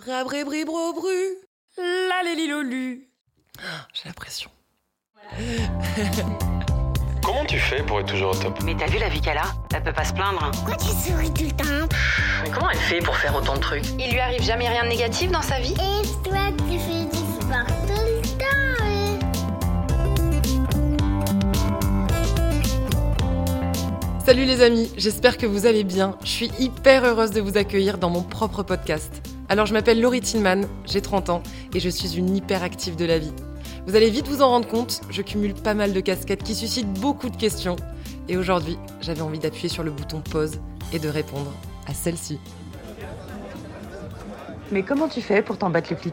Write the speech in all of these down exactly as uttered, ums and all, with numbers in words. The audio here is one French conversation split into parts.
Rabribribro-bru, la lélilolu. J'ai la pression. Comment tu fais pour être toujours au top ? Mais t'as vu la vie qu'elle a ? Elle peut pas se plaindre. Pourquoi tu souris tout le temps ? Mais comment elle fait pour faire autant de trucs ? Il lui arrive jamais rien de négatif dans sa vie ? Et toi, tu fais du sport tout le temps, oui. Salut les amis, j'espère que vous allez bien. Je suis hyper heureuse de vous accueillir dans mon propre podcast. Alors je m'appelle Laurie Tillman, j'ai trente ans et je suis une hyperactive de la vie. Vous allez vite vous en rendre compte, je cumule pas mal de casquettes qui suscitent beaucoup de questions. Et aujourd'hui, j'avais envie d'appuyer sur le bouton pause et de répondre à celle-ci. Mais comment tu fais pour t'en battre le clito ?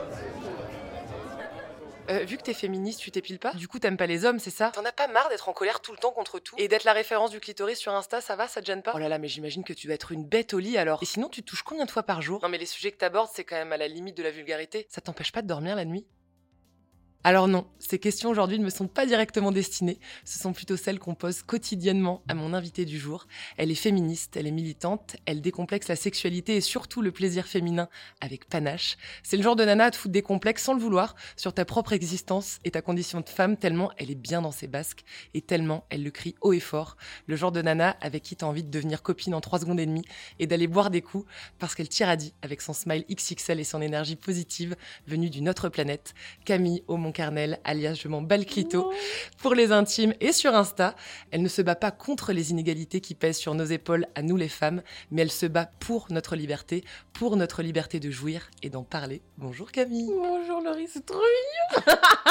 Euh, vu que t'es féministe, tu t'épiles pas ? Du coup, t'aimes pas les hommes, c'est ça ? T'en as pas marre d'être en colère tout le temps contre tout ? Et d'être la référence du clitoris sur Insta, ça va, ça te gêne pas ? Oh là là, mais j'imagine que tu dois être une bête au lit alors. Et sinon, tu te touches combien de fois par jour ? Non mais les sujets que t'abordes, c'est quand même à la limite de la vulgarité. Ça t'empêche pas de dormir la nuit ? Alors non, ces questions aujourd'hui ne me sont pas directement destinées, ce sont plutôt celles qu'on pose quotidiennement à mon invitée du jour. Elle est féministe, elle est militante, elle décomplexe la sexualité et surtout le plaisir féminin avec panache. C'est le genre de nana à te foutre des complexes sans le vouloir sur ta propre existence et ta condition de femme tellement elle est bien dans ses basques et tellement elle le crie haut et fort. Le genre de nana avec qui t'as envie de devenir copine en trois secondes et demie et d'aller boire des coups parce qu'elle t'irradie avec son smile X X L et son énergie positive venue d'une autre planète. Camille Aumont-Carnel, alias je m'en bats le clito, pour les intimes et sur Insta. Elle ne se bat pas contre les inégalités qui pèsent sur nos épaules à nous les femmes, mais elle se bat pour notre liberté, pour notre liberté de jouir et d'en parler. Bonjour Camille. Bonjour Laurie, c'est trop mignon.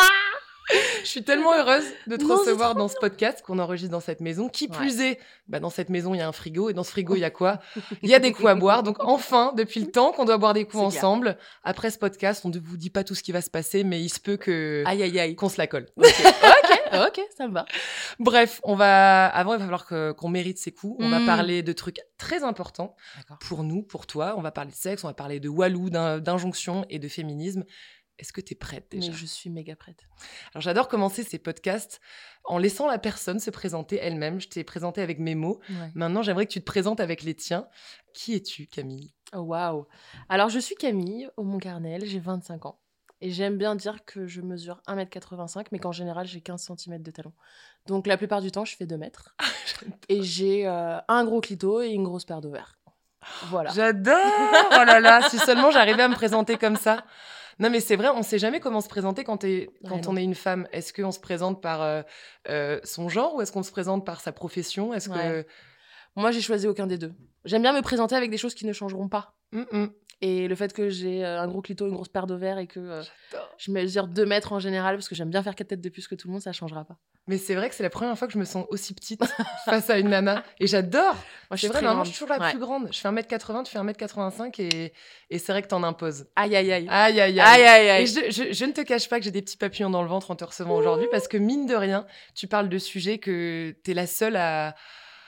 Je suis tellement heureuse de te Non, recevoir dans ce podcast qu'on enregistre dans cette maison. Qui plus Ouais. est, bah dans cette maison, il y a un frigo. Et dans ce frigo, il y a quoi ? Il y a des coups à boire. Donc enfin, depuis le temps qu'on doit boire des coups C'est clair. ensemble, après ce podcast, on ne vous dit pas tout ce qui va se passer, mais il se peut que Aïe aïe aïe. qu'on se la colle. Ok, ok, ça me va. Bref, on va avant, il va falloir que- qu'on mérite ces coups. On va Mm. parler de trucs très importants D'accord. pour nous, pour toi. On va parler de sexe, on va parler de Walou, d'in- d'injonction et de féminisme. Est-ce que t'es prête déjà ? Mais je suis méga prête. Alors j'adore commencer ces podcasts en laissant la personne se présenter elle-même. Je t'ai présenté avec mes mots. Ouais. Maintenant, j'aimerais que tu te présentes avec les tiens. Qui es-tu, Camille ? Oh, waouh. Alors, je suis Camille Aumont-Carnel, j'ai vingt-cinq ans. Et j'aime bien dire que je mesure un mètre quatre-vingt-cinq, mais qu'en général, j'ai quinze centimètres de talon. Donc, la plupart du temps, je fais deux mètres. Et j'ai euh, un gros clito et une grosse paire d'ovaires. Voilà. J'adore. Oh là là, si seulement j'arrivais à me présenter comme ça. Non mais c'est vrai, on sait jamais comment se présenter quand, t'es- quand Ouais, on non. est une femme. Est-ce qu'on se présente par euh, euh, son genre ou est-ce qu'on se présente par sa profession ? Est-ce Ouais. que... Moi, j'ai choisi aucun des deux. J'aime bien me présenter avec des choses qui ne changeront pas. Hum, hum. Et le fait que j'ai euh, un gros clito, une grosse paire d'ovaires et que euh, J'adore. je mesure deux mètres en général, parce que j'aime bien faire quatre têtes de plus que tout le monde, ça changera pas. Mais c'est vrai que c'est la première fois que je me sens aussi petite face à une nana. Et j'adore. Moi, je C'est suis vrai, très normalement, grande. je suis toujours la Ouais. plus grande. Je fais un mètre quatre-vingts, tu fais un mètre quatre-vingt-cinq et, et c'est vrai que t'en imposes. Aïe, aïe, aïe. Aïe, aïe, aïe. Aïe, aïe, aïe. Et je, je- je ne te cache pas que j'ai des petits papillons dans le ventre en te recevant aujourd'hui parce que mine de rien, tu parles de sujets que t'es la seule à,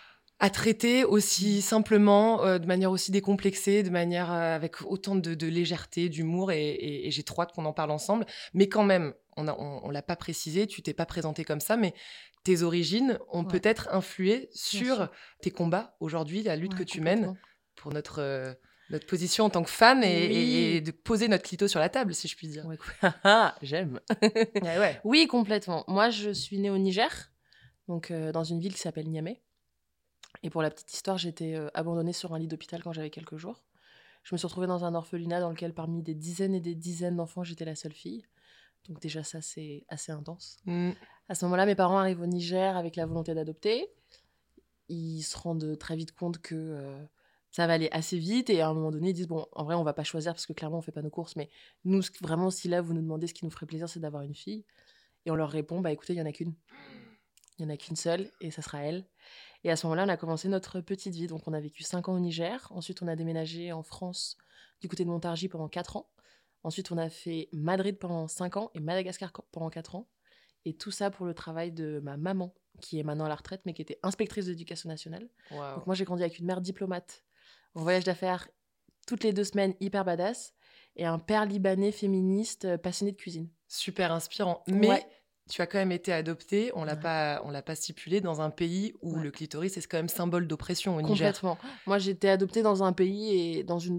à traiter aussi simplement, euh, de manière aussi décomplexée, de manière euh, avec autant de, de légèreté, d'humour et, et- et j'ai trop hâte qu'on en parle ensemble. Mais quand même, on a, on, on l'a pas précisé, tu t'es pas présentée comme ça, mais tes origines ont Ouais. peut-être influé sur sûr. tes combats aujourd'hui, la lutte Ouais, que tu mènes complètement. pour notre, euh, notre position en tant que femme et, Oui. et- et de poser notre clito sur la table, si je puis dire. Ouais, quoi. Ah, j'aime. Ouais, ouais. Oui, complètement. Moi, je suis née au Niger, donc euh, dans une ville qui s'appelle Niamey. Et pour la petite histoire, j'ai été euh, abandonnée sur un lit d'hôpital quand j'avais quelques jours. Je me suis retrouvée dans un orphelinat dans lequel, parmi des dizaines et des dizaines d'enfants, j'étais la seule fille. Donc déjà, ça, c'est assez intense. Mm. À ce moment-là, mes parents arrivent au Niger avec la volonté d'adopter. Ils se rendent très vite compte que euh, ça va aller assez vite. Et à un moment donné, ils disent, bon, en vrai, on va pas choisir parce que clairement, on fait pas nos courses. Mais nous, ce- vraiment, si là, vous nous demandez ce qui nous ferait plaisir, c'est d'avoir une fille. Et on leur répond, bah écoutez, il y en a qu'une. Il y en a qu'une seule et ça sera elle. Et à ce moment-là, on a commencé notre petite vie. Donc, on a vécu cinq ans au Niger. Ensuite, on a déménagé en France, du côté de Montargis, pendant quatre ans. Ensuite, on a fait Madrid pendant cinq ans et Madagascar co- pendant quatre ans. Et tout ça pour le travail de ma maman, qui est maintenant à la retraite, mais qui était inspectrice d'éducation nationale. Waouh. Donc, moi, j'ai grandi avec une mère diplomate en voyage d'affaires toutes les deux semaines, hyper badass, et un père libanais féministe euh, passionné de cuisine. Super inspirant. Mais Ouais. tu as quand même été adoptée, on l'a Ouais. pas, on l'a pas stipulé, dans un pays où Ouais. le clitoris est quand même symbole d'oppression au Niger. Complètement. Moi, j'ai été adoptée dans un pays et dans une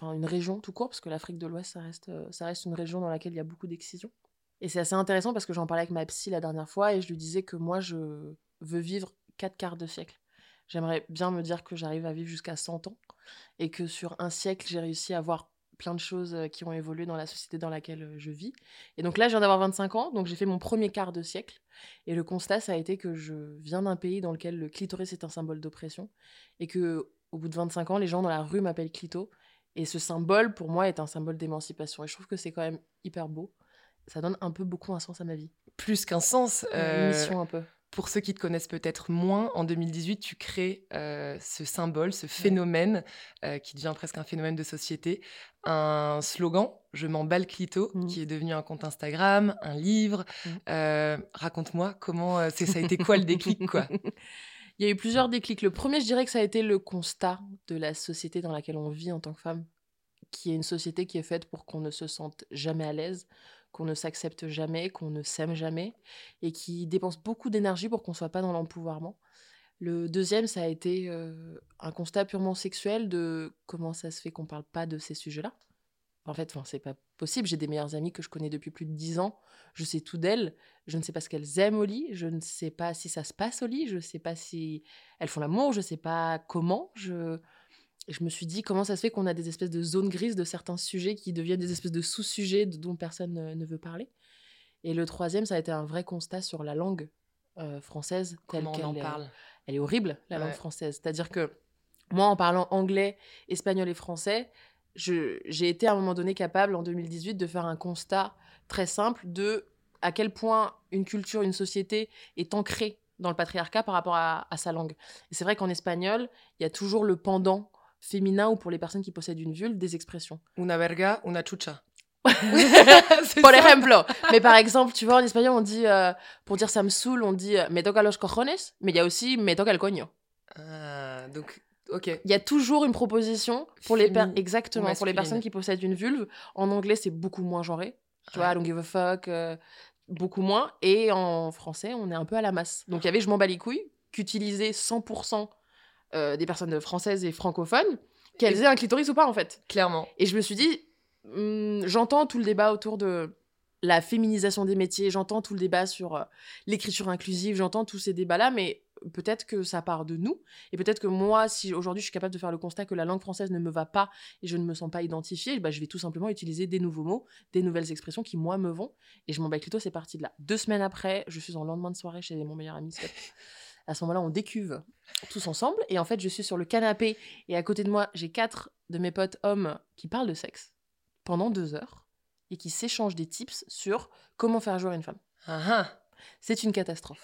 enfin, une région tout court, parce que l'Afrique de l'Ouest, ça reste, euh, ça reste une région dans laquelle il y a beaucoup d'excision. Et c'est assez intéressant parce que j'en parlais avec ma psy la dernière fois et je lui disais que moi, je veux vivre quatre quarts de siècle. J'aimerais bien me dire que j'arrive à vivre jusqu'à cent ans et que sur un siècle, j'ai réussi à voir plein de choses qui ont évolué dans la société dans laquelle je vis. Et donc là, je viens d'avoir vingt-cinq ans, donc j'ai fait mon premier quart de siècle. Et le constat, ça a été que je viens d'un pays dans lequel le clitoris est un symbole d'oppression et que au bout de vingt-cinq ans, les gens dans la rue m'appellent clito. Et ce symbole, pour moi, est un symbole d'émancipation. Et je trouve que c'est quand même hyper beau. Ça donne un peu beaucoup un sens à ma vie. Plus qu'un sens. Euh... Une mission un peu. Pour ceux qui te connaissent peut-être moins, en deux mille dix-huit, tu crées euh, ce symbole, ce phénomène euh, qui devient presque un phénomène de société. Un slogan, « Je m'en bats le clito mmh. », qui est devenu un compte Instagram, un livre. Mmh. Euh, raconte-moi, comment euh, c'est, ça a été quoi le déclic, quoi? Il y a eu plusieurs déclics. Le premier, je dirais que ça a été le constat de la société dans laquelle on vit en tant que femme, qui est une société qui est faite pour qu'on ne se sente jamais à l'aise, qu'on ne s'accepte jamais, qu'on ne s'aime jamais, et qui dépense beaucoup d'énergie pour qu'on ne soit pas dans l'empouvoirment. Le deuxième, ça a été euh, un constat purement sexuel de comment ça se fait qu'on ne parle pas de ces sujets-là. En fait, c'est pas possible. J'ai des meilleures amies que je connais depuis plus de dix ans. Je sais tout d'elles. Je ne sais pas ce qu'elles aiment au lit. Je ne sais pas si ça se passe au lit. Je ne sais pas si elles font l'amour. Je ne sais pas comment. Je... Et je me suis dit, comment ça se fait qu'on a des espèces de zones grises de certains sujets qui deviennent des espèces de sous-sujets dont personne ne, ne veut parler. Et le troisième, ça a été un vrai constat sur la langue euh, française. Comment telle on en qu'elle parle est, elle est horrible, la ouais. langue française. C'est-à-dire que moi, en parlant anglais, espagnol et français, je, j'ai été à un moment donné capable, en deux mille dix-huit, de faire un constat très simple de à quel point une culture, une société est ancrée dans le patriarcat par rapport à, à sa langue. Et c'est vrai qu'en espagnol, il y a toujours le pendant féminin ou pour les personnes qui possèdent une vulve, des expressions. Una verga, una chucha. Por ejemplo. Mais par exemple, tu vois, en espagnol, on dit, euh, pour dire ça me saoule, on dit me toca los cojones, mais il y a aussi me toca el coño. Ah, donc, ok. Il y a toujours une proposition pour les, per- Fémin- exactement, pour les personnes qui possèdent une vulve. En anglais, c'est beaucoup moins genré. Tu ouais. vois, I don't give a fuck, euh, beaucoup moins. Et en français, on est un peu à la masse. Donc il y avait je m'en bats les couilles, qu'utilisaient cent pour cent Euh, des personnes françaises et francophones, qu'elles aient un clitoris ou pas, en fait. Clairement. Et je me suis dit, hum, j'entends tout le débat autour de la féminisation des métiers, j'entends tout le débat sur euh, l'écriture inclusive, j'entends tous ces débats-là, mais peut-être que ça part de nous, et peut-être que moi, si aujourd'hui je suis capable de faire le constat que la langue française ne me va pas et je ne me sens pas identifiée, bah, je vais tout simplement utiliser des nouveaux mots, des nouvelles expressions qui, moi, me vont, et je m'en bats le clito, c'est parti de là. Deux semaines après, je suis en lendemain de soirée chez mon meilleur ami, à ce moment-là, on décuve tous ensemble. Et en fait, je suis sur le canapé. Et à côté de moi, j'ai quatre de mes potes hommes qui parlent de sexe pendant deux heures et qui s'échangent des tips sur comment faire jouer une femme. Uh-huh. C'est une catastrophe.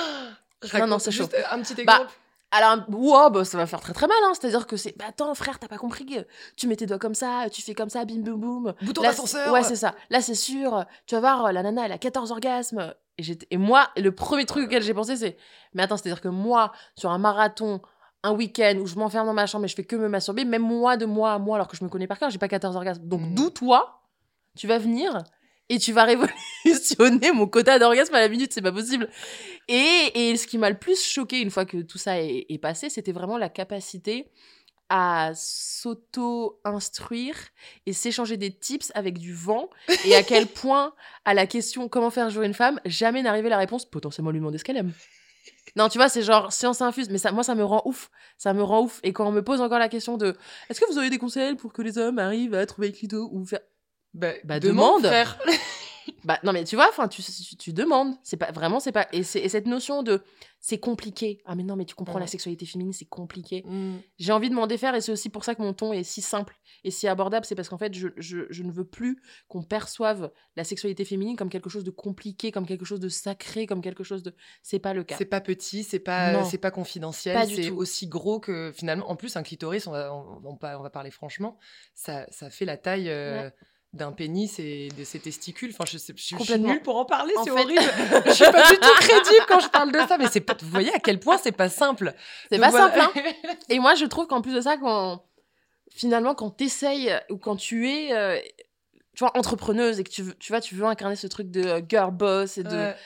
Oh, non, non, c'est chaud. Juste un petit exemple. Bah, alors, wow, bah, ça va faire très très mal. Hein. C'est-à-dire que c'est... Bah, attends, frère, t'as pas compris. Tu mets tes doigts comme ça, tu fais comme ça, bim, boum, boum. Bouton Là, d'ascenseur. Ouais, c'est ça. Là, c'est sûr. Tu vas voir, la nana, elle a quatorze orgasmes. Et, j'étais... et moi, le premier truc auquel j'ai pensé, c'est... Mais attends, c'est-à-dire que moi, sur un marathon, un week-end où je m'enferme dans ma chambre et je fais que me masturber, même moi, de moi à moi, alors que je me connais par cœur, j'ai pas quatorze orgasmes. Donc, mmh. d'où toi, tu vas venir et tu vas révolutionner mon quota d'orgasme à la minute, c'est pas possible. Et, et ce qui m'a le plus choqué une fois que tout ça est, est passé, c'était vraiment la capacité à s'auto-instruire et s'échanger des tips avec du vent, et à quel point, à la question « Comment faire jouer une femme ?», jamais n'arrivait la réponse « Potentiellement lui demander ce qu'elle aime ». Non, tu vois, c'est genre science infuse, mais ça, moi, ça me rend ouf. Ça me rend ouf. Et quand on me pose encore la question de « Est-ce que vous auriez des conseils pour que les hommes arrivent à trouver le clito ou faire... » Bah, bah demande, demande. frère. Bah non, mais tu vois, enfin, tu, tu, tu demandes. C'est pas vraiment, c'est pas. Et, c'est, et cette notion de c'est compliqué. Ah mais non, mais tu comprends, mmh. la sexualité féminine, c'est compliqué. Mmh. J'ai envie de m'en défaire, et c'est aussi pour ça que mon ton est si simple et si abordable. C'est parce qu'en fait, je, je, je ne veux plus qu'on perçoive la sexualité féminine comme quelque chose de compliqué, comme quelque chose de sacré, comme quelque chose de. C'est pas le cas. C'est pas petit, c'est pas, non. c'est pas confidentiel, pas c'est aussi gros que finalement. En plus, un clitoris, on va, on, on, on va parler franchement, ça, ça fait la taille. Euh, ouais. d'un pénis et de ses testicules. Enfin, je, sais, je, je suis nulle pour en parler, en c'est fait... horrible. Je suis pas du tout crédible quand je parle de ça, mais c'est pas... vous voyez à quel point c'est pas simple. C'est Donc, pas voilà. simple, hein. Et moi, je trouve qu'en plus de ça, quand finalement, quand t'essayes ou quand tu es, euh, tu vois, entrepreneuse et que tu veux, tu vois, tu veux incarner ce truc de girl boss et de... Ouais.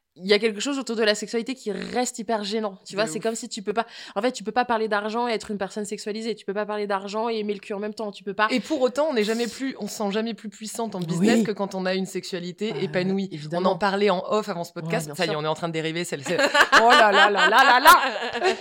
il y a quelque chose autour de la sexualité qui reste hyper gênant. Tu vois, De c'est ouf. comme si tu peux pas... En fait, tu peux pas parler d'argent et être une personne sexualisée. Tu peux pas parler d'argent et aimer le cul en même temps. Tu peux pas... Et pour autant, on n'est jamais plus, on se sent jamais plus puissante en business Oui. que quand on a une sexualité Bah, épanouie. évidemment. On en parlait en off avant ce podcast. Ouais, bien ça y est, sûr. on est en train de dériver. C'est, c'est... Oh là là là là là là.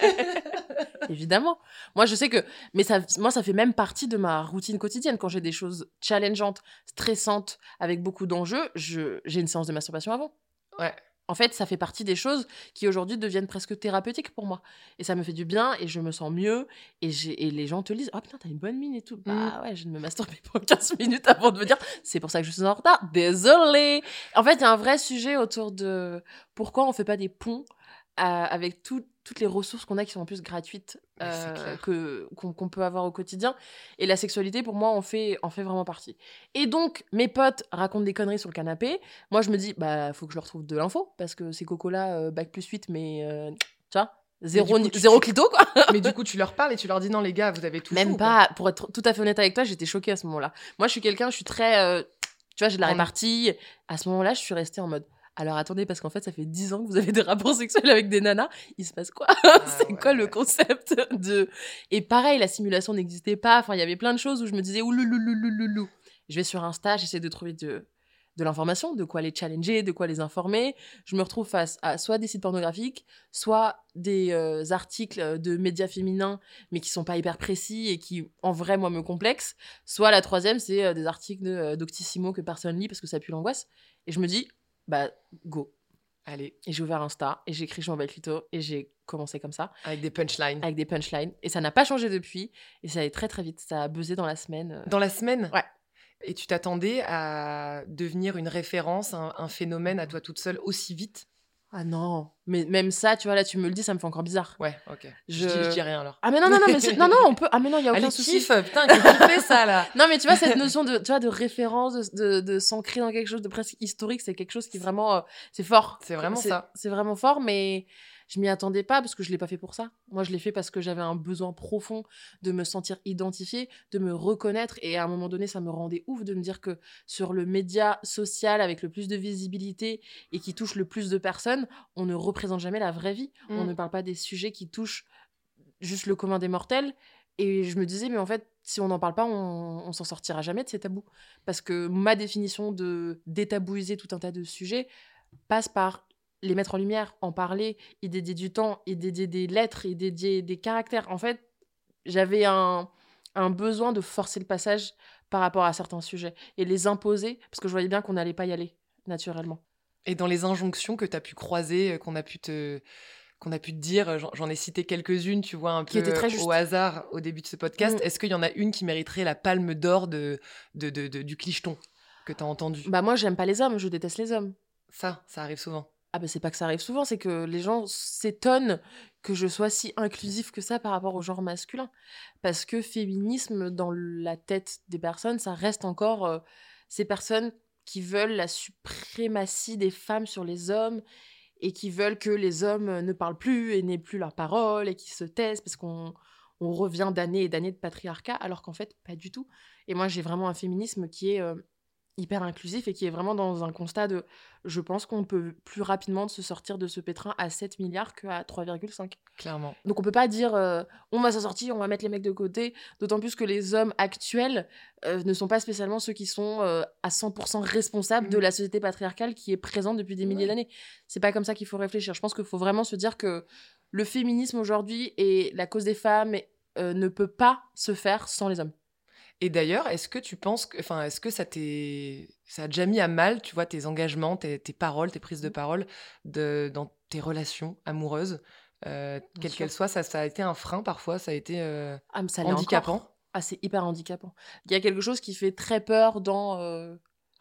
Évidemment. Moi, je sais que... Mais ça, moi, ça fait même partie de ma routine quotidienne. Quand j'ai des choses challengeantes, stressantes, avec beaucoup d'enjeux, je... j'ai une séance de masturbation avant. Ouais. En fait, ça fait partie des choses qui aujourd'hui deviennent presque thérapeutiques pour moi. Et ça me fait du bien et je me sens mieux. Et, j'ai... et les gens te le disent, oh putain, t'as une bonne mine et tout. Bah ouais, je viens de me masturber pendant quinze minutes avant de me dire, c'est pour ça que je suis en retard. Désolée. En fait, il y a un vrai sujet autour de pourquoi on fait pas des ponts euh, avec tout, toutes les ressources qu'on a qui sont en plus gratuites Mais c'est euh, clair. que, qu'on, qu'on peut avoir au quotidien. Et la sexualité, pour moi, en fait, en fait vraiment partie. Et donc, mes potes racontent des conneries sur le canapé. Moi, je me dis, bah, faut que je leur trouve de l'info, parce que ces cocos-là, euh, bac plus huit, mais, euh, tu vois, zéro, du coup, ni- tu- zéro tu- clito, quoi. Mais du coup, tu leur parles et tu leur dis non, les gars, vous avez tout fou, Même ou pas, pour être tout à fait honnête avec toi, j'étais choquée à ce moment-là. Moi, je suis quelqu'un, je suis très, euh, tu vois, j'ai de la On- répartie. À ce moment-là, je suis restée en mode, alors attendez, parce qu'en fait, ça fait dix ans que vous avez des rapports sexuels avec des nanas. Il se passe quoi? C'est ouais, quoi le ouais. concept de... Et pareil, la simulation n'existait pas. Enfin, il y avait plein de choses où je me disais, oulouloulouloulou. Je vais sur Insta, j'essaie de trouver de, de l'information, de quoi les challenger, de quoi les informer. Je me retrouve face à soit des sites pornographiques, soit des euh, articles de médias féminins, mais qui sont pas hyper précis et qui, en vrai, moi, me complexent. Soit la troisième, c'est euh, des articles de, euh, Doctissimo que personne lit parce que ça pue l'angoisse. Et je me dis, bah, go. Allez, Et j'ai ouvert Insta, et j'ai écrit je m'en bats le clito, et j'ai commencé comme ça, avec des punchlines. avec des punchlines. Et ça n'a pas changé depuis, et ça allait très très vite. Ça a buzzé dans la semaine. euh. Dans la semaine Ouais. Et tu t'attendais à devenir une référence, un, un phénomène à toi toute seule aussi vite? Ah non, mais même ça, tu vois, là, tu me le dis, ça me fait encore bizarre. Ouais, ok. Je, Je- dis, je dis rien alors. Ah mais non, non, non, mais c'est- non, non, on peut... Ah mais non, il y a aucun Allez, souci. kiffe, putain, qu'est-ce que tu fais ça là? Non, mais tu vois, cette notion de, tu vois, de référence, de, de, de s'ancrer dans quelque chose de presque historique, c'est quelque chose qui vraiment... euh, c'est fort. C'est vraiment C'est- ça. C'est vraiment fort, mais je m'y attendais pas parce que je l'ai pas fait pour ça. Moi, je l'ai fait parce que j'avais un besoin profond de me sentir identifiée, de me reconnaître. Et à un moment donné, ça me rendait ouf de me dire que sur le média social avec le plus de visibilité et qui touche le plus de personnes, on ne représente jamais la vraie vie. On Mm. ne parle pas des sujets qui touchent juste le commun des mortels. Et je me disais, mais en fait, si on n'en parle pas, on, on s'en sortira jamais de ces tabous. Parce que ma définition de détabouiser tout un tas de sujets passe par les mettre en lumière, en parler, y dédier du temps, y dédier des lettres, y dédier des caractères. En fait, j'avais un, un besoin de forcer le passage par rapport à certains sujets et les imposer, parce que je voyais bien qu'on n'allait pas y aller naturellement. Et dans les injonctions que tu as pu croiser, euh, qu'on a pu te qu'on a pu te dire, j'en, j'en ai cité quelques-unes, tu vois, un Qui peu étaient très justes. au hasard au début de ce podcast. Mm. Est-ce qu'il y en a une qui mériterait la palme d'or de, de, de- de- du clicheton que tu as entendu? Bah moi, j'aime pas les hommes, je déteste les hommes. Ça, ça arrive souvent. Ah bah c'est pas que ça arrive souvent, c'est que les gens s'étonnent que je sois si inclusif que ça par rapport au genre masculin. Parce que féminisme, dans la tête des personnes, ça reste encore euh, ces personnes qui veulent la suprématie des femmes sur les hommes et qui veulent que les hommes ne parlent plus et n'aient plus leur parole et qui se taisent parce qu'on on revient d'années et d'années de patriarcat, alors qu'en fait, pas du tout. Et moi, j'ai vraiment un féminisme qui est... euh, hyper inclusif et qui est vraiment dans un constat de je pense qu'on peut plus rapidement se sortir de ce pétrin à sept milliards qu'à trois virgule cinq. Clairement. Donc on peut pas dire euh, on va s'en sortir, on va mettre les mecs de côté, d'autant plus que les hommes actuels euh, ne sont pas spécialement ceux qui sont euh, à cent pour cent responsables de Mhm. la société patriarcale qui est présente depuis des milliers Ouais. d'années. C'est pas comme ça qu'il faut réfléchir. Je pense qu'il faut vraiment se dire que le féminisme aujourd'hui et la cause des femmes euh, ne peut pas se faire sans les hommes. Et d'ailleurs, est-ce que tu penses que, enfin, est-ce que ça t'est, ça a déjà mis à mal, tu vois, tes engagements, tes, tes paroles, tes prises de parole de, dans tes relations amoureuses, euh, quelles sûr. qu'elles soient, ça, ça a été un frein parfois, ça a été euh, Ah, mais ça l'est handicapant. encore. Ah, c'est hyper handicapant. Il y a quelque chose qui fait très peur dans... euh,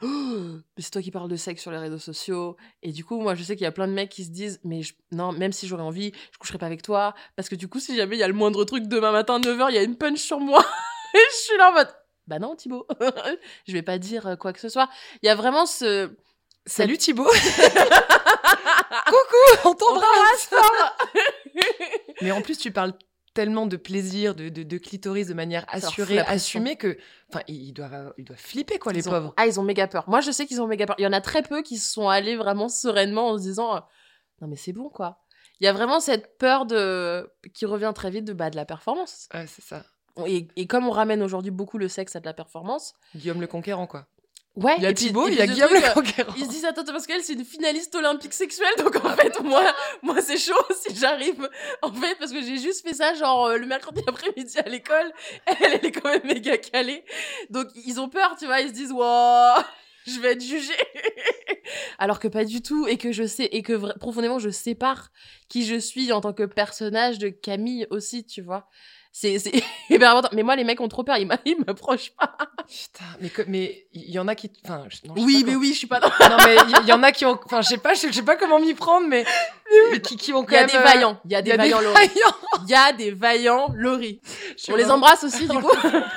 Oh, mais c'est toi qui parles de sexe sur les réseaux sociaux. Et du coup, moi, je sais qu'il y a plein de mecs qui se disent mais je- non, même si j'aurais envie, je coucherai pas avec toi. Parce que du coup, si jamais il y a le moindre truc demain matin, neuf heures, il y a une punch sur moi. Et je suis là en mode bah non, Thibaut. Je vais pas dire euh, quoi que ce soit. Il y a vraiment ce... Salut Thibaut. Coucou, on t'embrasse. Mais en plus, tu parles tellement de plaisir, de, de, de clitoris de manière assurée, assumée, que enfin, ils doivent, ils doivent flipper, quoi, les ils ont... pauvres. Ah, ils ont méga peur. Moi, je sais qu'ils ont méga peur. Il y en a très peu qui se sont allés vraiment sereinement en se disant « Non, mais c'est bon, quoi ». Il y a vraiment cette peur de... qui revient très vite de, bah, de la performance. Ouais, c'est ça. Et, et comme on ramène aujourd'hui beaucoup le sexe à de la performance... Guillaume le Conquérant, quoi. Ouais, il y a et puis, Thibaut, et il y a puis Guillaume truc, le Conquérant. Ils se disent, attends, parce qu'elle, c'est une finaliste olympique sexuelle, donc en fait, moi, moi c'est chaud si j'arrive. En fait, parce que j'ai juste fait ça, genre, euh, le mercredi après-midi à l'école. Elle, elle est quand même méga calée. Donc, ils ont peur, tu vois, ils se disent, waouh, je vais être jugée. Alors que pas du tout, et que je sais, et que vra- profondément, je sépare qui je suis en tant que personnage de Camille aussi, tu vois. C'est, c'est hyper important. Mais moi, les mecs ont trop peur, ils m'a- ils m'approchent pas. Putain, mais que- mais il y en a qui, enfin, je- non, je sais Oui, pas mais comment- oui, je suis pas dans... non mais il y, y en a qui ont, enfin, je sais pas, je, je sais pas comment m'y prendre, mais, mais qui, qui ont quand Il y a même. des euh, vaillants, il y a des il y a vaillants des Laurie. vaillants. Il y a des vaillants Laurie. Je sais On les pas. embrasse aussi, du coup.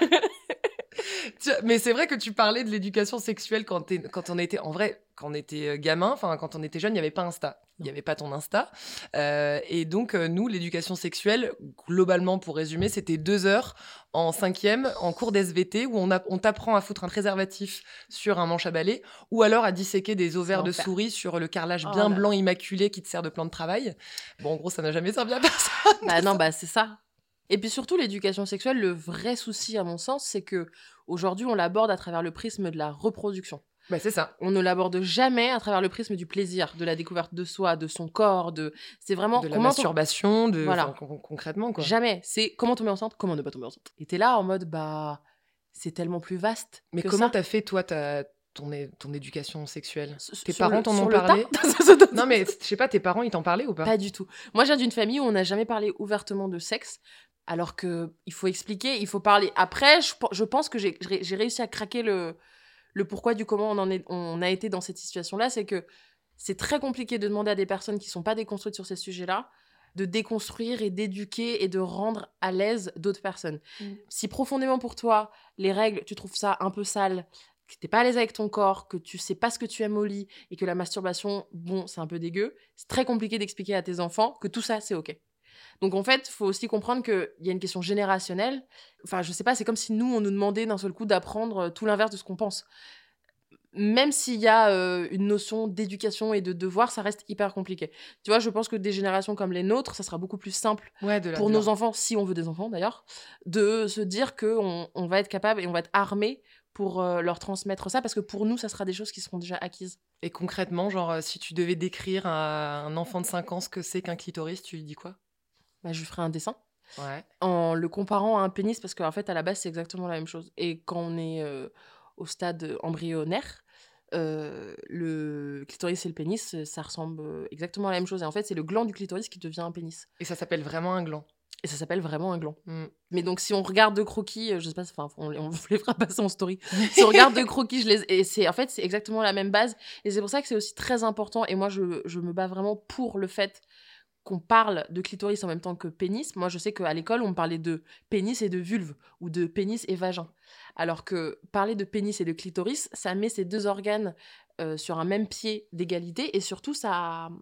Tu- Mais c'est vrai que tu parlais de l'éducation sexuelle quand, t'es- quand on était, en vrai, quand on était euh, gamin, enfin quand on était jeune, il n'y avait pas Insta, il n'y avait pas ton Insta. Euh, et donc, euh, nous, l'éducation sexuelle, globalement, pour résumer, c'était deux heures en cinquième, en cours d'S V T, où on, a- on t'apprend à foutre un préservatif sur un manche à balai, ou alors à disséquer des ovaires de l'enfer. souris sur le carrelage Oh bien là blanc immaculé qui te sert de plan de travail. Bon, en gros, ça n'a jamais servi à personne. Bah non, bah c'est ça. Et puis surtout, l'éducation sexuelle, le vrai souci, à mon sens, c'est que aujourd'hui, on l'aborde à travers le prisme de la reproduction. Bah, c'est ça. On ne l'aborde jamais à travers le prisme du plaisir, de la découverte de soi, de son corps, de... C'est vraiment... De la comment on- masturbation, de, Voilà. enfin, con- concrètement, quoi. Jamais. C'est comment tomber enceinte, comment ne pas tomber enceinte. Et t'es là en mode, bah... C'est tellement plus vaste Mais que comment ça. t'as fait, toi, ta, ton, é- ton éducation sexuelle? S- Tes sur parents le- t'en sur ont le parlé? tas Non, mais je sais pas, tes parents, ils t'en parlaient ou pas? Pas du tout. Moi, je viens d'une famille où on n'a jamais parlé ouvertement de sexe, alors que il faut expliquer, il faut parler. Après, je, pe- je pense que j'ai j'ai- j'ai réussi à craquer le, le pourquoi du comment on, en est, on a été dans cette situation-là. C'est que c'est très compliqué de demander à des personnes qui sont pas déconstruites sur ces sujets-là de déconstruire et d'éduquer et de rendre à l'aise d'autres personnes. Mm. Si profondément pour toi, les règles, tu trouves ça un peu sale, que t'es pas à l'aise avec ton corps, que tu sais pas ce que tu aimes au lit et que la masturbation, bon, c'est un peu dégueu, c'est très compliqué d'expliquer à tes enfants que tout ça, c'est OK. Donc en fait, il faut aussi comprendre qu'il y a une question générationnelle. Enfin, je sais pas, c'est comme si nous, on nous demandait d'un seul coup d'apprendre euh, tout l'inverse de ce qu'on pense. Même s'il y a euh, une notion d'éducation et de devoir, ça reste hyper compliqué. Tu vois, je pense que des générations comme les nôtres, ça sera beaucoup plus simple Ouais, de la, pour de nos leur- enfants, si on veut des enfants d'ailleurs, de se dire qu'on on va être capable et on va être armé pour euh, leur transmettre ça, parce que pour nous, ça sera des choses qui seront déjà acquises. Et concrètement, genre, euh, si tu devais décrire à un enfant de cinq ans ce que c'est qu'un clitoris, tu lui dis quoi? Bah, je lui ferai un dessin Ouais. en le comparant à un pénis, parce qu'en fait, à la base, c'est exactement la même chose. Et quand on est euh, au stade embryonnaire, euh, le clitoris et le pénis, euh, ça ressemble euh, exactement à la même chose. Et en fait, c'est le gland du clitoris qui devient un pénis. Et ça s'appelle vraiment un gland. Et ça s'appelle vraiment un gland. Mm. Mais donc, si on regarde de croquis, euh, je sais pas, enfin, on, on vous les fera passer en story. Si on regarde de croquis, je les, et c'est, en fait, c'est exactement la même base. Et c'est pour ça que c'est aussi très important. Et moi, je, je me bats vraiment pour le fait qu'on parle de clitoris en même temps que pénis. Moi, je sais qu'à l'école, on me parlait de pénis et de vulve, ou de pénis et vagin. Alors que parler de pénis et de clitoris, ça met ces deux organes euh, sur un même pied d'égalité, et surtout, ça,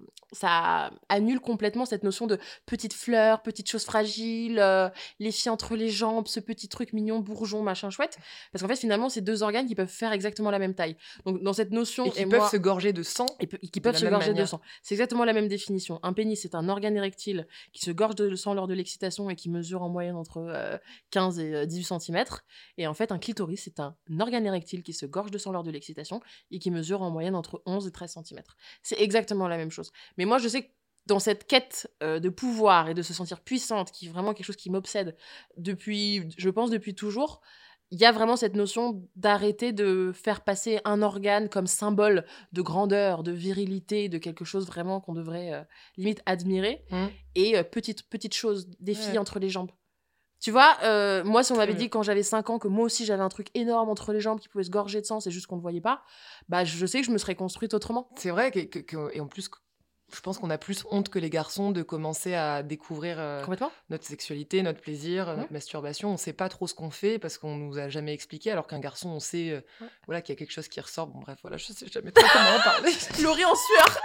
ça annule complètement cette notion de petite fleur, petite chose fragile, euh, les filles entre les jambes, ce petit truc mignon, bourgeon, machin chouette. Parce qu'en fait, finalement, c'est deux organes qui peuvent faire exactement la même taille. Donc, dans cette notion... Et qui et peuvent moi- se gorger de sang. et pe- qui De peuvent la se même gorger de manière. sang. C'est exactement la même définition. Un pénis, c'est un organe érectile qui se gorge de sang lors de l'excitation et qui mesure en moyenne entre euh, quinze et dix-huit centimètres. Et en fait, un clitoris, c'est un organe érectile qui se gorge de sang lors de l'excitation et qui mesure en moyenne entre onze et treize centimètres. C'est exactement la même chose. Mais moi, je sais que dans cette quête euh, de pouvoir et de se sentir puissante, qui est vraiment quelque chose qui m'obsède depuis, je pense, depuis toujours, il y a vraiment cette notion d'arrêter de faire passer un organe comme symbole de grandeur, de virilité, de quelque chose vraiment qu'on devrait euh, limite admirer, Mm. et euh, petite, petite chose, des filles Ouais. entre les jambes. Tu vois, euh, moi, si on m'avait Ouais. dit quand j'avais cinq ans que moi aussi j'avais un truc énorme entre les jambes qui pouvait se gorger de sang, c'est juste qu'on ne voyait pas, bah je sais que je me serais construite autrement. C'est vrai, que, que- que- et en plus, Je pense qu'on a plus honte que les garçons de commencer à découvrir euh, Complètement. notre sexualité, notre plaisir, euh, Ouais. notre masturbation. On sait pas trop ce qu'on fait parce qu'on nous a jamais expliqué, alors qu'un garçon, on sait euh, Ouais. voilà, qu'il y a quelque chose qui ressort. Bon, bref, voilà, je sais jamais trop comment en parler. Laurie en sueur.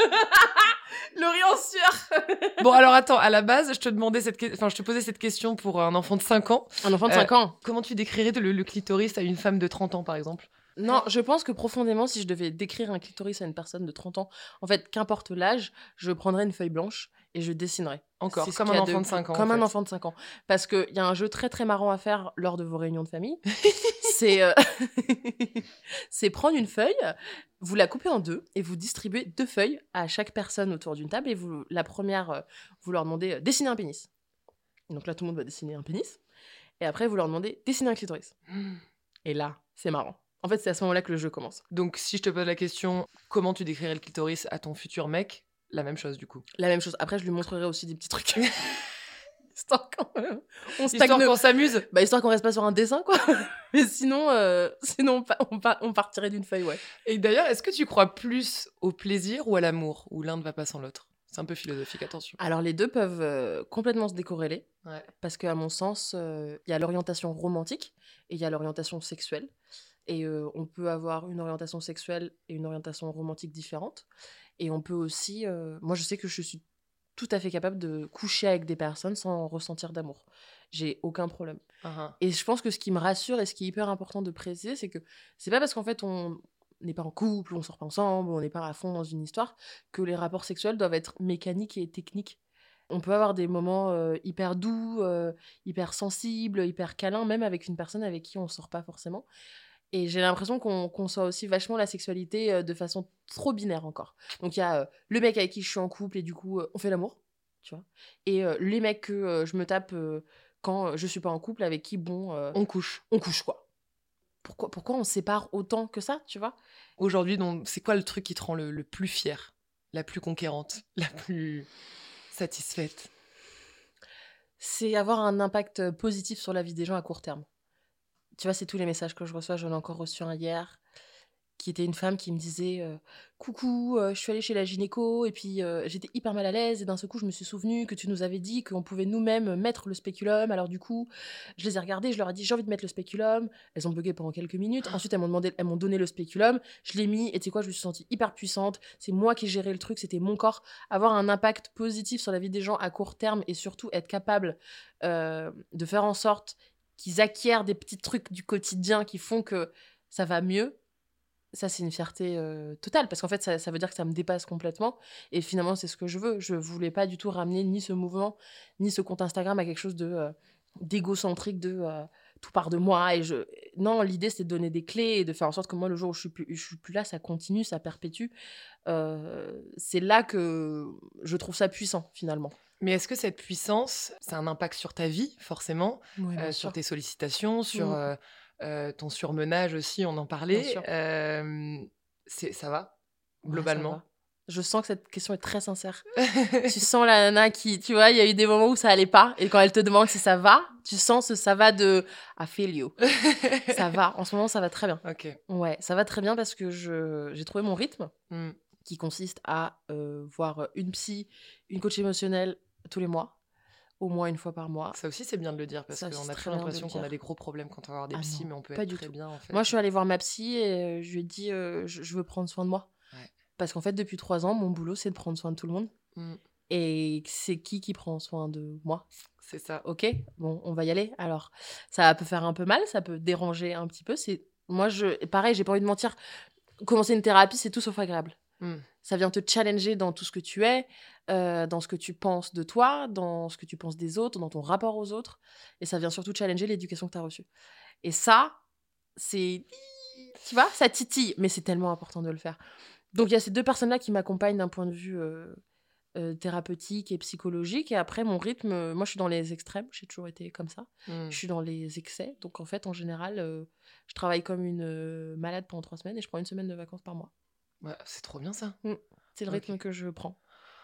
Laurie en sueur. Bon, alors attends, à la base, je te demandais cette, que- enfin, je te posais cette question pour un enfant de cinq ans. Un enfant de Euh, cinq ans. Comment tu décrirais le, le clitoris à une femme de trente ans, par exemple? Non, je pense que profondément, si je devais décrire un clitoris à une personne de trente ans, en fait, qu'importe l'âge, je prendrais une feuille blanche et je dessinerais. Encore, C'est ce comme qu'il y un a enfant de cinq ans, en Comme un fait. enfant de cinq ans. Parce qu'il y a un jeu très très marrant à faire lors de vos réunions de famille. c'est, euh, c'est prendre une feuille, vous la coupez en deux et vous distribuez deux feuilles à chaque personne autour d'une table. Et vous, la première, euh, vous leur demandez euh, dessiner un pénis. Donc là, tout le monde va dessiner un pénis. Et après, vous leur demandez dessiner un clitoris. Et là, c'est marrant. En fait, c'est à ce moment-là que le jeu commence. Donc, si je te pose la question, comment tu décrirais le clitoris à ton futur mec? La même chose, du coup. La même chose. Après, je lui montrerai aussi des petits trucs. Histoire quand même. On Histoire stagne. qu'on s'amuse. Bah, histoire qu'on reste pas sur un dessin, quoi. Mais sinon, euh, sinon on, pa- on, pa- on partirait d'une feuille, ouais. Et d'ailleurs, est-ce que tu crois plus au plaisir ou à l'amour? Ou l'un ne va pas sans l'autre? C'est un peu philosophique, attention. Alors, les deux peuvent euh, complètement se décorréler. Ouais. Parce qu'à mon sens, il y a l'orientation romantique et il y a l'orientation sexuelle. Et euh, on peut avoir une orientation sexuelle et une orientation romantique différente. Et on peut aussi... euh, moi, je sais que je suis tout à fait capable de coucher avec des personnes sans ressentir d'amour. J'ai aucun problème. Uh-huh. Et je pense que ce qui me rassure et ce qui est hyper important de préciser, c'est que c'est pas parce qu'en fait on n'est pas en couple, on sort pas ensemble, on n'est pas à fond dans une histoire, que les rapports sexuels doivent être mécaniques et techniques. On peut avoir des moments euh, hyper doux, euh, hyper sensibles, hyper câlins, même avec une personne avec qui on sort pas forcément. Et j'ai l'impression qu'on conçoit aussi vachement la sexualité euh, de façon trop binaire encore. Donc il y a euh, le mec avec qui je suis en couple et du coup euh, on fait l'amour, tu vois. Et euh, les mecs que euh, je me tape euh, quand euh, je suis pas en couple avec qui, bon, euh, On couche. on couche quoi. Pourquoi, pourquoi on se sépare autant que ça, tu vois? Aujourd'hui, donc, c'est quoi le truc qui te rend le, le plus fier? La plus conquérante? La plus satisfaite? C'est avoir un impact positif sur la vie des gens à court terme. Tu vois, c'est tous les messages que je reçois. J'en ai encore reçu un hier, qui était une femme qui me disait euh, coucou, euh, je suis allée chez la gynéco et puis euh, j'étais hyper mal à l'aise et d'un seul coup je me suis souvenu que tu nous avais dit qu'on pouvait nous-mêmes mettre le spéculum. Alors du coup, je les ai regardées, je leur ai dit j'ai envie de mettre le spéculum. Elles ont bugué pendant quelques minutes. Ensuite elles m'ont demandé, elles m'ont donné le spéculum. Je l'ai mis et tu sais quoi, je me suis sentie hyper puissante. C'est moi qui gérais le truc, c'était mon corps. Avoir un impact positif sur la vie des gens à court terme et surtout être capable euh, de faire en sorte qu'ils acquièrent des petits trucs du quotidien qui font que ça va mieux. Ça, c'est une fierté euh, totale, parce qu'en fait, ça, ça veut dire que ça me dépasse complètement, et finalement, c'est ce que je veux. Je voulais pas du tout ramener ni ce mouvement, ni ce compte Instagram à quelque chose de euh, d'égocentrique, de euh, tout part de moi, et je... Non, l'idée, c'est de donner des clés, et de faire en sorte que moi, le jour où je suis plus, je suis plus là, ça continue, ça perpétue. Euh, c'est là que je trouve ça puissant, finalement. Mais est-ce que cette puissance, ça a un impact sur ta vie, forcément, Oui, euh, sur tes sollicitations, sur Mm. euh, euh, ton surmenage aussi, on en parlait. Bien sûr. Euh, c'est, ça va, Ouais, globalement. ça va. Je sens que cette question est très sincère. Tu sens la nana qui, tu vois, il y a eu des moments où ça allait pas, et quand elle te demande si ça va, tu sens ce ça va de I feel you. Ça va, en ce moment ça va très bien. Ok. Ouais, ça va très bien parce que je, j'ai trouvé mon rythme Mm. qui consiste à euh, voir une psy, une coach émotionnelle tous les mois, au moins une fois par mois. Ça aussi, c'est bien de le dire, parce Ça, qu'on c'est a très toujours bien de l'impression le qu'on a dire. des gros problèmes quand on va voir des Ah psys, non, mais on peut pas être du très tout. bien, en fait. Moi, je suis allée voir ma psy et euh, je lui ai dit euh, je, je veux prendre soin de moi. Ouais. Parce qu'en fait, depuis trois ans, mon boulot, c'est de prendre soin de tout le monde. Mm. Et c'est qui qui prend soin de moi? C'est ça. Ok, bon, on va y aller. Alors, ça peut faire un peu mal, ça peut déranger un petit peu. C'est moi, je, pareil, j'ai pas envie de mentir. Commencer une thérapie, c'est tout sauf agréable. Mm. Ça vient te challenger dans tout ce que tu es, euh, dans ce que tu penses de toi, dans ce que tu penses des autres, dans ton rapport aux autres. Et ça vient surtout challenger l'éducation que tu as reçue. Et ça, c'est... Tu vois, ça titille, mais c'est tellement important de le faire. Donc, il y a ces deux personnes-là qui m'accompagnent d'un point de vue euh, euh, thérapeutique et psychologique. Et après, mon rythme, euh, moi, je suis dans les extrêmes. J'ai toujours été comme ça. Mm. Je suis dans les excès. Donc, en fait, en général, euh, je travaille comme une euh, malade pendant trois semaines et je prends une semaine de vacances par mois. Ouais, c'est trop bien, ça. C'est le Ok. rythme que je prends.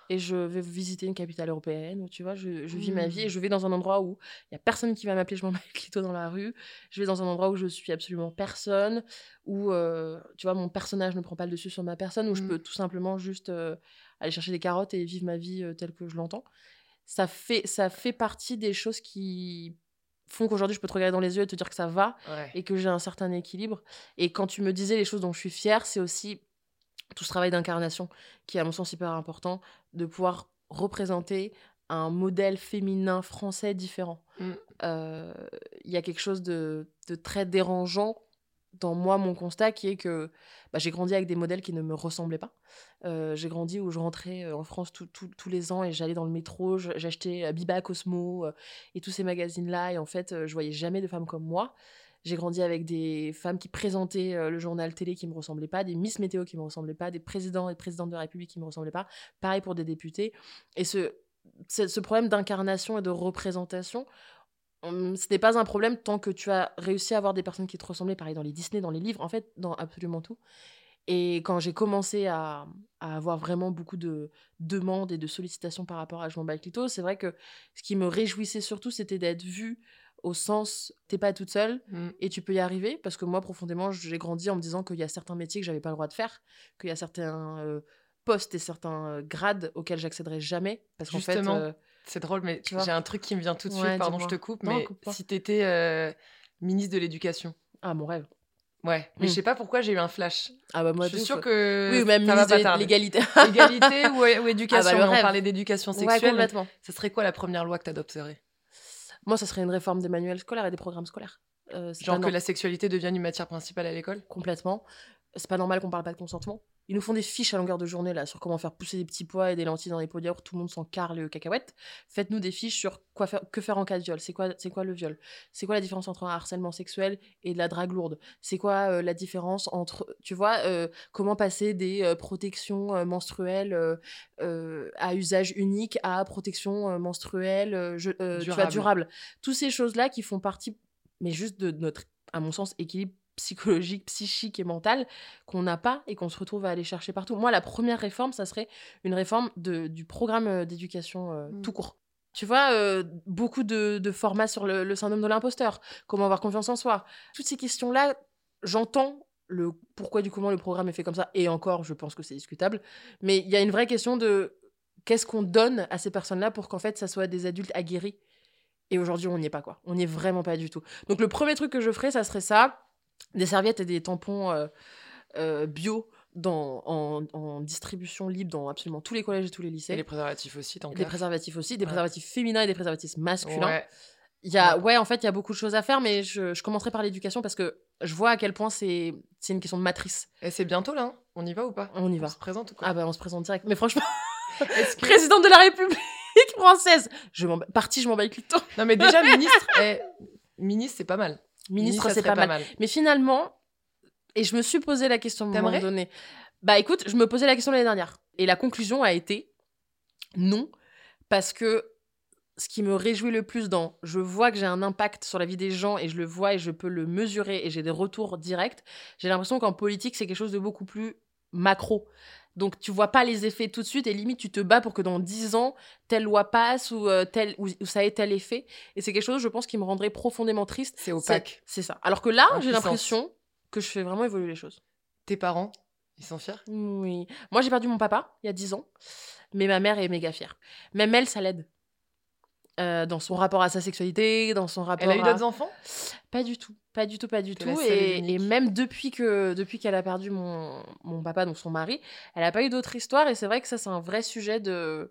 et je vais visiter une capitale européenne, où tu vois, je, je vis Mmh. ma vie et je vais dans un endroit où il y a personne qui va m'appeler je m'en bats les clitos dans la rue. Je vais dans un endroit où je suis absolument personne, où euh, tu vois, mon personnage ne prend pas le dessus sur ma personne, où je Mmh. peux tout simplement juste euh, aller chercher des carottes et vivre ma vie euh, telle que je l'entends. Ça fait, ça fait partie des choses qui font qu'aujourd'hui je peux te regarder dans les yeux et te dire que ça va Ouais. et que j'ai un certain équilibre. Et quand tu me disais les choses dont je suis fière, c'est aussi tout ce travail d'incarnation qui est à mon sens hyper important, de pouvoir représenter un modèle féminin français différent. Mm. Euh, Il y a quelque chose de, de très dérangeant dans moi, mon constat, qui est que bah, j'ai grandi avec des modèles qui ne me ressemblaient pas. Euh, j'ai grandi où je rentrais en France tout- tout- tous les ans et j'allais dans le métro, je- j'achetais euh, Biba, Cosmo euh, et tous ces magazines-là, et en fait, euh, je voyais jamais de femmes comme moi. J'ai grandi avec des femmes qui présentaient euh, le journal télé qui me ressemblaient pas, des Miss Météo qui me ressemblaient pas, des présidents et présidentes de la République qui me ressemblaient pas. Pareil pour des députés. Et ce, ce, ce problème d'incarnation et de représentation, hum, ce n'est pas un problème tant que tu as réussi à avoir des personnes qui te ressemblaient, pareil dans les Disney, dans les livres, en fait, dans absolument tout. Et quand j'ai commencé à, à avoir vraiment beaucoup de demandes et de sollicitations par rapport à Je m'en bats les clitos, c'est vrai que ce qui me réjouissait surtout, c'était d'être vue au sens t'es pas toute seule Mm. et tu peux y arriver, parce que moi profondément j'ai grandi en me disant qu'il y a certains métiers que j'avais pas le droit de faire, qu'il y a certains euh, postes et certains euh, grades auxquels j'accéderai jamais, parce qu'en fait Justement, euh, c'est drôle, mais tu vois. j'ai un truc qui me vient tout de suite, Ouais, pardon, dis-moi. je te coupe, Non, mais coupe pas. si t'étais euh, ministre de l'Éducation. ah mon rêve. Ouais, mais Mm. je sais pas pourquoi j'ai eu un flash. Ah bah moi je suis de ouf. sûre que Oui, ou même ça va ministre pas de tarder. l'égalité. Égalité ou, ou éducation, Ah bah, le mais on rêve. parlait d'éducation Ouais, sexuelle. complètement. Ça serait quoi la première loi que t'adopterais? Moi ça serait une réforme des manuels scolaires et des programmes scolaires. Euh, c'est Genre pas que non- la sexualité devienne une matière principale à l'école? Complètement. C'est pas normal qu'on parle pas de consentement. Ils nous font des fiches à longueur de journée là sur comment faire pousser des petits pois et des lentilles dans les pots de yaourt, tout le monde s'en carre les cacahuètes. Faites-nous des fiches sur quoi faire, que faire en cas de viol. C'est quoi, c'est quoi le viol? C'est quoi la différence entre un harcèlement sexuel et de la drague lourde? C'est quoi euh, la différence entre, tu vois, euh, comment passer des euh, protections euh, menstruelles euh, euh, à usage unique à protection euh, menstruelle euh, je- euh, tu vois, Durable. durable. Toutes ces choses-là qui font partie, mais juste de notre, à mon sens, équilibre psychologique, psychique et mental qu'on n'a pas et qu'on se retrouve à aller chercher partout. Moi, la première réforme, ça serait une réforme de, du programme euh, d'éducation euh, Mm. tout court. Tu vois, euh, beaucoup de, de formats sur le, le syndrome de l'imposteur, comment avoir confiance en soi. Toutes ces questions-là, j'entends le pourquoi du comment le programme est fait comme ça, et encore, je pense que c'est discutable, mais il y a une vraie question de qu'est-ce qu'on donne à ces personnes-là pour qu'en fait, ça soit des adultes aguerris. Et aujourd'hui, on n'y est pas, quoi. On n'y est vraiment pas du tout. Donc, le premier truc que je ferais, ça serait ça. Des serviettes et des tampons euh, euh, bio dans, en, en distribution libre dans absolument tous les collèges et tous les lycées. Et les préservatifs aussi, tant Des qu'à. préservatifs aussi, des Ouais. préservatifs féminins et des préservatifs masculins. Ouais. Il y a, Ouais. ouais, en fait, il y a beaucoup de choses à faire, mais je, je commencerai par l'éducation parce que je vois à quel point c'est, c'est une question de matrice. Et c'est bientôt là, hein. On y va ou pas? On y va. On se présente ou quoi? Ah bah, on se présente direct. Mais franchement, Est-ce que... présidente de la République française, je m'en... parti, je m'en bats les clitos. Non mais déjà, ministre, eh, ministre c'est pas mal. Ministre, ça c'est serait pas mal. Mais finalement, et je me suis posé la question à un moment T'aimerais donné. Bah écoute, je me posais la question l'année dernière. Et la conclusion a été non, parce que ce qui me réjouit le plus dans je vois que j'ai un impact sur la vie des gens et je le vois et je peux le mesurer et j'ai des retours directs, j'ai l'impression qu'en politique, c'est quelque chose de beaucoup plus macro. Donc tu vois pas les effets tout de suite et limite tu te bats pour que dans dix ans, telle loi passe ou, euh, tel, ou, ou ça ait tel effet. Et c'est quelque chose, je pense, qui me rendrait profondément triste. C'est opaque. C'est, c'est ça. Alors que là, j'ai Impuissance. l'impression que je fais vraiment évoluer les choses. Tes parents, ils sont fiers? Oui. Moi, j'ai perdu mon papa il y a dix ans, mais ma mère est méga fière. Même elle, ça l'aide. Euh, dans son rapport à sa sexualité, dans son rapport Elle a eu à... d'autres enfants? Pas du tout, pas du tout, pas du T'es tout. la seule et Et, l'unique. et même depuis, que, depuis qu'elle a perdu mon, mon papa, donc son mari, elle n'a pas eu d'autres histoires. Et c'est vrai que ça, c'est un vrai sujet de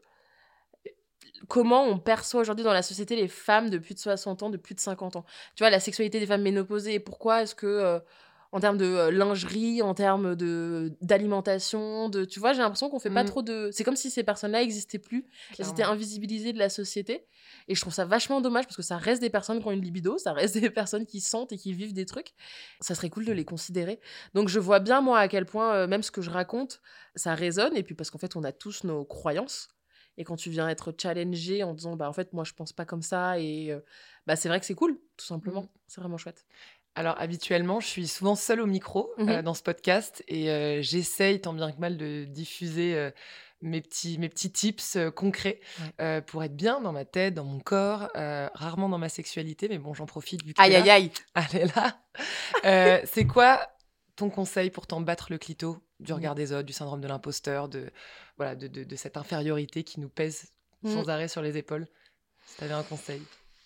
comment on perçoit aujourd'hui dans la société les femmes de plus de soixante ans, de plus de cinquante ans. Tu vois, la sexualité des femmes ménopausées, et pourquoi est-ce que... euh, en termes de euh, lingerie, en termes de d'alimentation, de tu vois, j'ai l'impression qu'on fait pas Mm. trop de... C'est comme si ces personnes-là n'existaient plus, elles Clairement. étaient invisibilisées de la société. Et je trouve ça vachement dommage parce que ça reste des personnes qui ont une libido, ça reste des personnes qui sentent et qui vivent des trucs. Ça serait cool de les considérer. Donc je vois bien, moi, à quel point, euh, même ce que je raconte, ça résonne. Et puis parce qu'en fait, on a tous nos croyances. Et quand tu viens être challengé en disant, bah en fait, moi, je pense pas comme ça. Et euh, bah c'est vrai que c'est cool, tout simplement. Mm. C'est vraiment chouette. Alors habituellement, je suis souvent seule au micro Mhm. euh, dans ce podcast et euh, j'essaye tant bien que mal de diffuser euh, mes petits, mes petits tips euh, concrets Ouais. euh, pour être bien dans ma tête, dans mon corps, euh, rarement dans ma sexualité, mais bon, j'en profite vu que Aïe, t'es aïe, là. aïe. Elle est là. Euh, c'est quoi ton conseil pour t'en battre le clito du regard des autres, du syndrome de l'imposteur, de, voilà, de, de, de cette infériorité qui nous pèse Mm. sans arrêt sur les épaules? Si t'avais un conseil.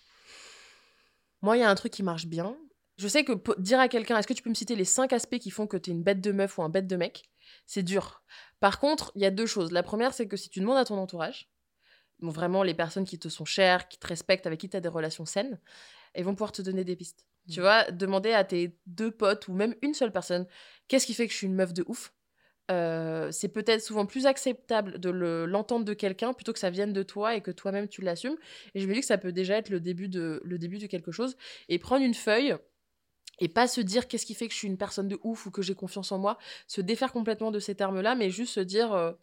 Moi, il y a un truc qui marche bien. Je sais que po- dire à quelqu'un, est-ce que tu peux me citer les cinq aspects qui font que t'es une bête de meuf ou un bête de mec, c'est dur. Par contre, il y a deux choses. La première, c'est que si tu demandes à ton entourage, donc vraiment les personnes qui te sont chères, qui te respectent, avec qui tu as des relations saines, elles vont pouvoir te donner des pistes. Mm. Tu vois, demander à tes deux potes ou même une seule personne, qu'est-ce qui fait que je suis une meuf de ouf? Euh, c'est peut-être souvent plus acceptable de le- l'entendre de quelqu'un plutôt que ça vienne de toi et que toi-même tu l'assumes. Et je me dis que ça peut déjà être le début de, le début de quelque chose. Et prendre une feuille et pas se dire qu'est-ce qui fait que je suis une personne de ouf ou que j'ai confiance en moi, se défaire complètement de ces termes-là, mais juste se dire euh,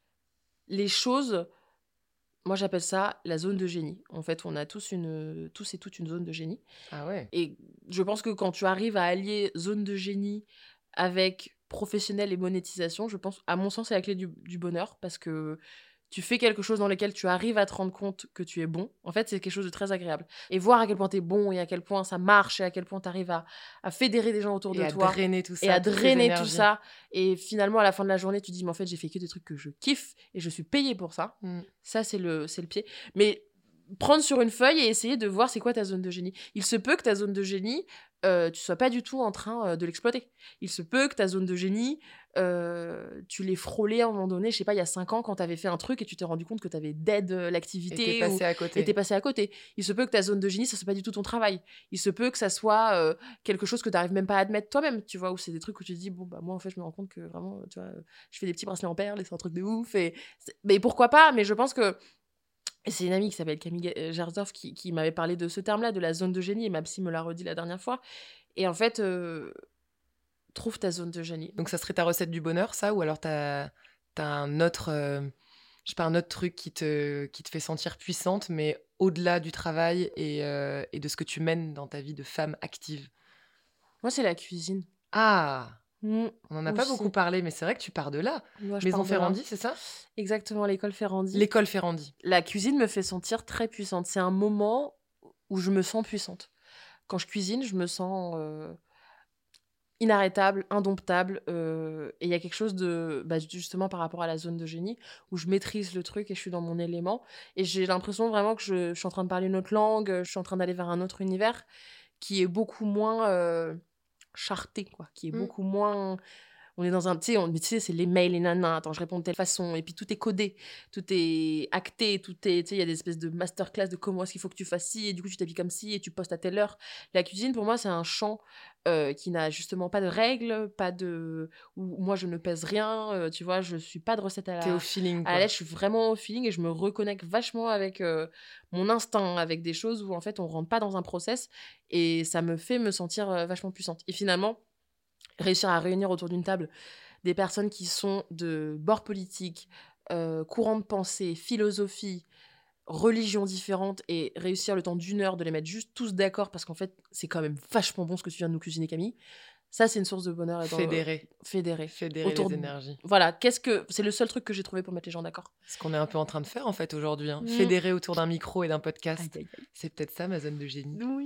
les choses. Moi, j'appelle ça la zone de génie. En fait, on a tous, une, tous et toutes une zone de génie. Ah ouais. Et je pense que quand tu arrives à allier zone de génie avec professionnel et monétisation, je pense, à mon sens, c'est la clé du, du bonheur, parce que tu fais quelque chose dans lequel tu arrives à te rendre compte que tu es bon. En fait, c'est quelque chose de très agréable. Et voir à quel point tu es bon et à quel point ça marche et à quel point tu arrives à, à fédérer des gens autour Et de à toi. drainer tout ça. Et à toutes ces drainer tout énergies. ça. Et finalement, à la fin de la journée, tu te dis, mais en fait, j'ai fait que des trucs que je kiffe et je suis payée pour ça. Mm. Ça, c'est le, c'est le pied. Mais prendre sur une feuille et essayer de voir c'est quoi ta zone de génie. Il se peut que ta zone de génie, euh, tu sois pas du tout en train euh, de l'exploiter. Il se peut que ta zone de génie, euh, tu l'aies frôlée à un moment donné, je sais pas, il y a cinq ans, quand t'avais fait un truc et tu t'es rendu compte que t'avais dead euh, Et l'activité. t'es passé ou- à côté. et t'es passé à côté. Il se peut que ta zone de génie, ça soit pas du tout ton travail. Il se peut que ça soit euh, quelque chose que t'arrives même pas à admettre toi-même, tu vois, où c'est des trucs où tu te dis, bon, bah, moi, en fait, je me rends compte que vraiment, tu vois, je fais des petits bracelets en perles et c'est un truc de ouf. Et c'est- mais pourquoi pas? Mais je pense que et c'est une amie qui s'appelle Camille Ga- Gersdorf qui, qui m'avait parlé de ce terme-là, de la zone de génie, et ma psy me l'a redit la dernière fois. Et en fait, euh, trouve ta zone de génie. Donc ça serait ta recette du bonheur, ça? Ou alors t'as as un autre, euh, je sais pas, un autre truc qui te, qui te fait sentir puissante, mais au-delà du travail et, euh, et de ce que tu mènes dans ta vie de femme active? Moi, c'est la cuisine. Ah, Mmh. on en a pas Aussi. beaucoup parlé, mais c'est vrai que tu pars de là. Moi, je Maison pars de là. Ferrandi, c'est ça? Exactement, l'école Ferrandi. L'école Ferrandi. La cuisine me fait sentir très puissante. C'est un moment où je me sens puissante. Quand je cuisine, je me sens euh, inarrêtable, indomptable. euh, et il y a quelque chose de, bah, justement par rapport à la zone de génie, où je maîtrise le truc et je suis dans mon élément. Et j'ai l'impression vraiment que je, je suis en train de parler une autre langue, je suis en train d'aller vers un autre univers qui est beaucoup moins euh, charté, quoi. Qui est Mm. beaucoup moins... On est dans un... Tu sais, on- tu sais, c'est les mails, les nanas, attends, je réponds de telle façon. Et puis tout est codé, tout est acté, tout est... Tu sais, il y a des espèces de masterclass de comment est-ce qu'il faut que tu fasses ci, et du coup, tu t'habilles comme ci, et tu postes à telle heure. La cuisine, pour moi, c'est un champ euh, qui n'a justement pas de règles, pas de... Où moi, je ne pèse rien, euh, tu vois, je suis pas de recette à la... T'es au feeling, À quoi. la lettre, je suis vraiment au feeling et je me reconnecte vachement avec euh, mon instinct, avec des choses où en fait on rentre pas dans un process et ça me fait me sentir euh, vachement puissante. Et finalement, réussir à réunir autour d'une table des personnes qui sont de bords politiques, euh, courants de pensée, philosophie, religions différentes et réussir le temps d'une heure de les mettre juste tous d'accord parce qu'en fait c'est quand même vachement bon ce que tu viens de nous cuisiner, Camille. Ça, c'est une source de bonheur. et dans- Fédérer. Fédérer. Fédérer Autour les de- énergies. Voilà, qu'est-ce que c'est le seul truc que j'ai trouvé pour mettre les gens d'accord. Ce qu'on est un peu en train de faire, en fait, aujourd'hui. hein. Mm. Fédérer autour d'un micro et d'un podcast. Aïe, aïe, aïe. C'est peut-être ça, ma zone de génie. Oui.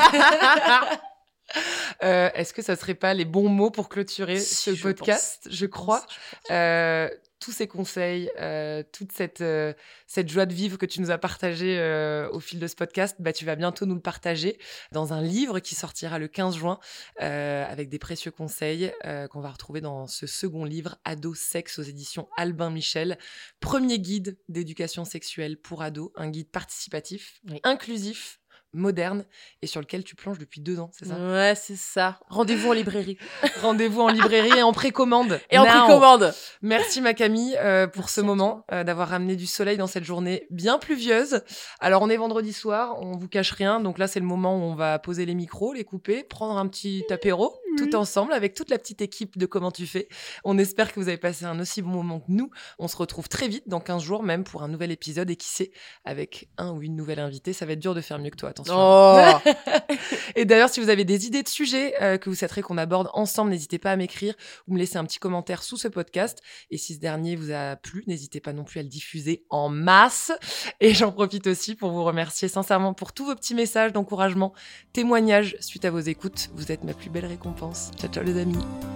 Euh, Est-ce que ça serait pas les bons mots pour clôturer Si, ce je podcast? Je crois. Euh, tous ces conseils, euh, toute cette, euh, cette joie de vivre que tu nous as partagée euh, au fil de ce podcast, bah, tu vas bientôt nous le partager dans un livre qui sortira le quinze juin euh, avec des précieux conseils euh, qu'on va retrouver dans ce second livre, Ado Sexe, aux éditions Albin Michel. Premier guide d'éducation sexuelle pour ados, un guide participatif, Oui. inclusif, moderne et sur lequel tu plonges depuis deux ans, c'est ça? Ouais, c'est ça. Rendez-vous en librairie. Rendez-vous en librairie et en précommande. Et en Now. précommande. Merci ma Camille euh, pour Merci ce à moment, euh, d'avoir ramené du soleil dans cette journée bien pluvieuse. Alors on est vendredi soir, on vous cache rien, donc là c'est le moment où on va poser les micros, les couper, prendre un petit apéro. Oui. tout ensemble avec toute la petite équipe de Comment tu fais. On espère que vous avez passé un aussi bon moment que nous. On se retrouve très vite, dans quinze jours même, pour un nouvel épisode et qui sait, avec un ou une nouvelle invitée. Ça va être dur de faire mieux que toi, attention. Oh. Et d'ailleurs, si vous avez des idées de sujets euh, que vous souhaiterez qu'on aborde ensemble, n'hésitez pas à m'écrire ou me laisser un petit commentaire sous ce podcast. Et si ce dernier vous a plu, n'hésitez pas non plus à le diffuser en masse. Et j'en profite aussi pour vous remercier sincèrement pour tous vos petits messages d'encouragement, témoignages suite à vos écoutes. Vous êtes ma plus belle récompense. Ciao, ciao les amis.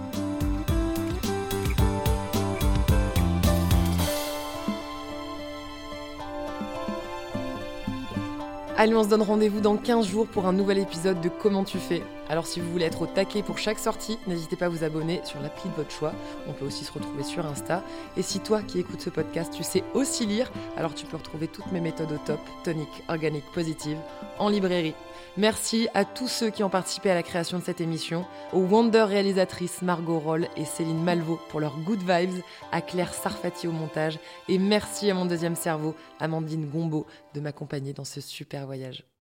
Allez, on se donne rendez-vous dans quinze jours pour un nouvel épisode de Comment tu fais. Alors si vous voulez être au taquet pour chaque sortie, n'hésitez pas à vous abonner sur l'appli de votre choix. On peut aussi se retrouver sur Insta. Et si toi qui écoutes ce podcast, tu sais aussi lire, alors tu peux retrouver toutes mes méthodes au top, tonique, organique, positive, en librairie. Merci à tous ceux qui ont participé à la création de cette émission, aux Wonder réalisatrices Margot Roll et Céline Malvaux pour leurs good vibes, à Claire Sarfati au montage, et merci à mon deuxième cerveau, Amandine Gombeau, de m'accompagner dans ce super voyage.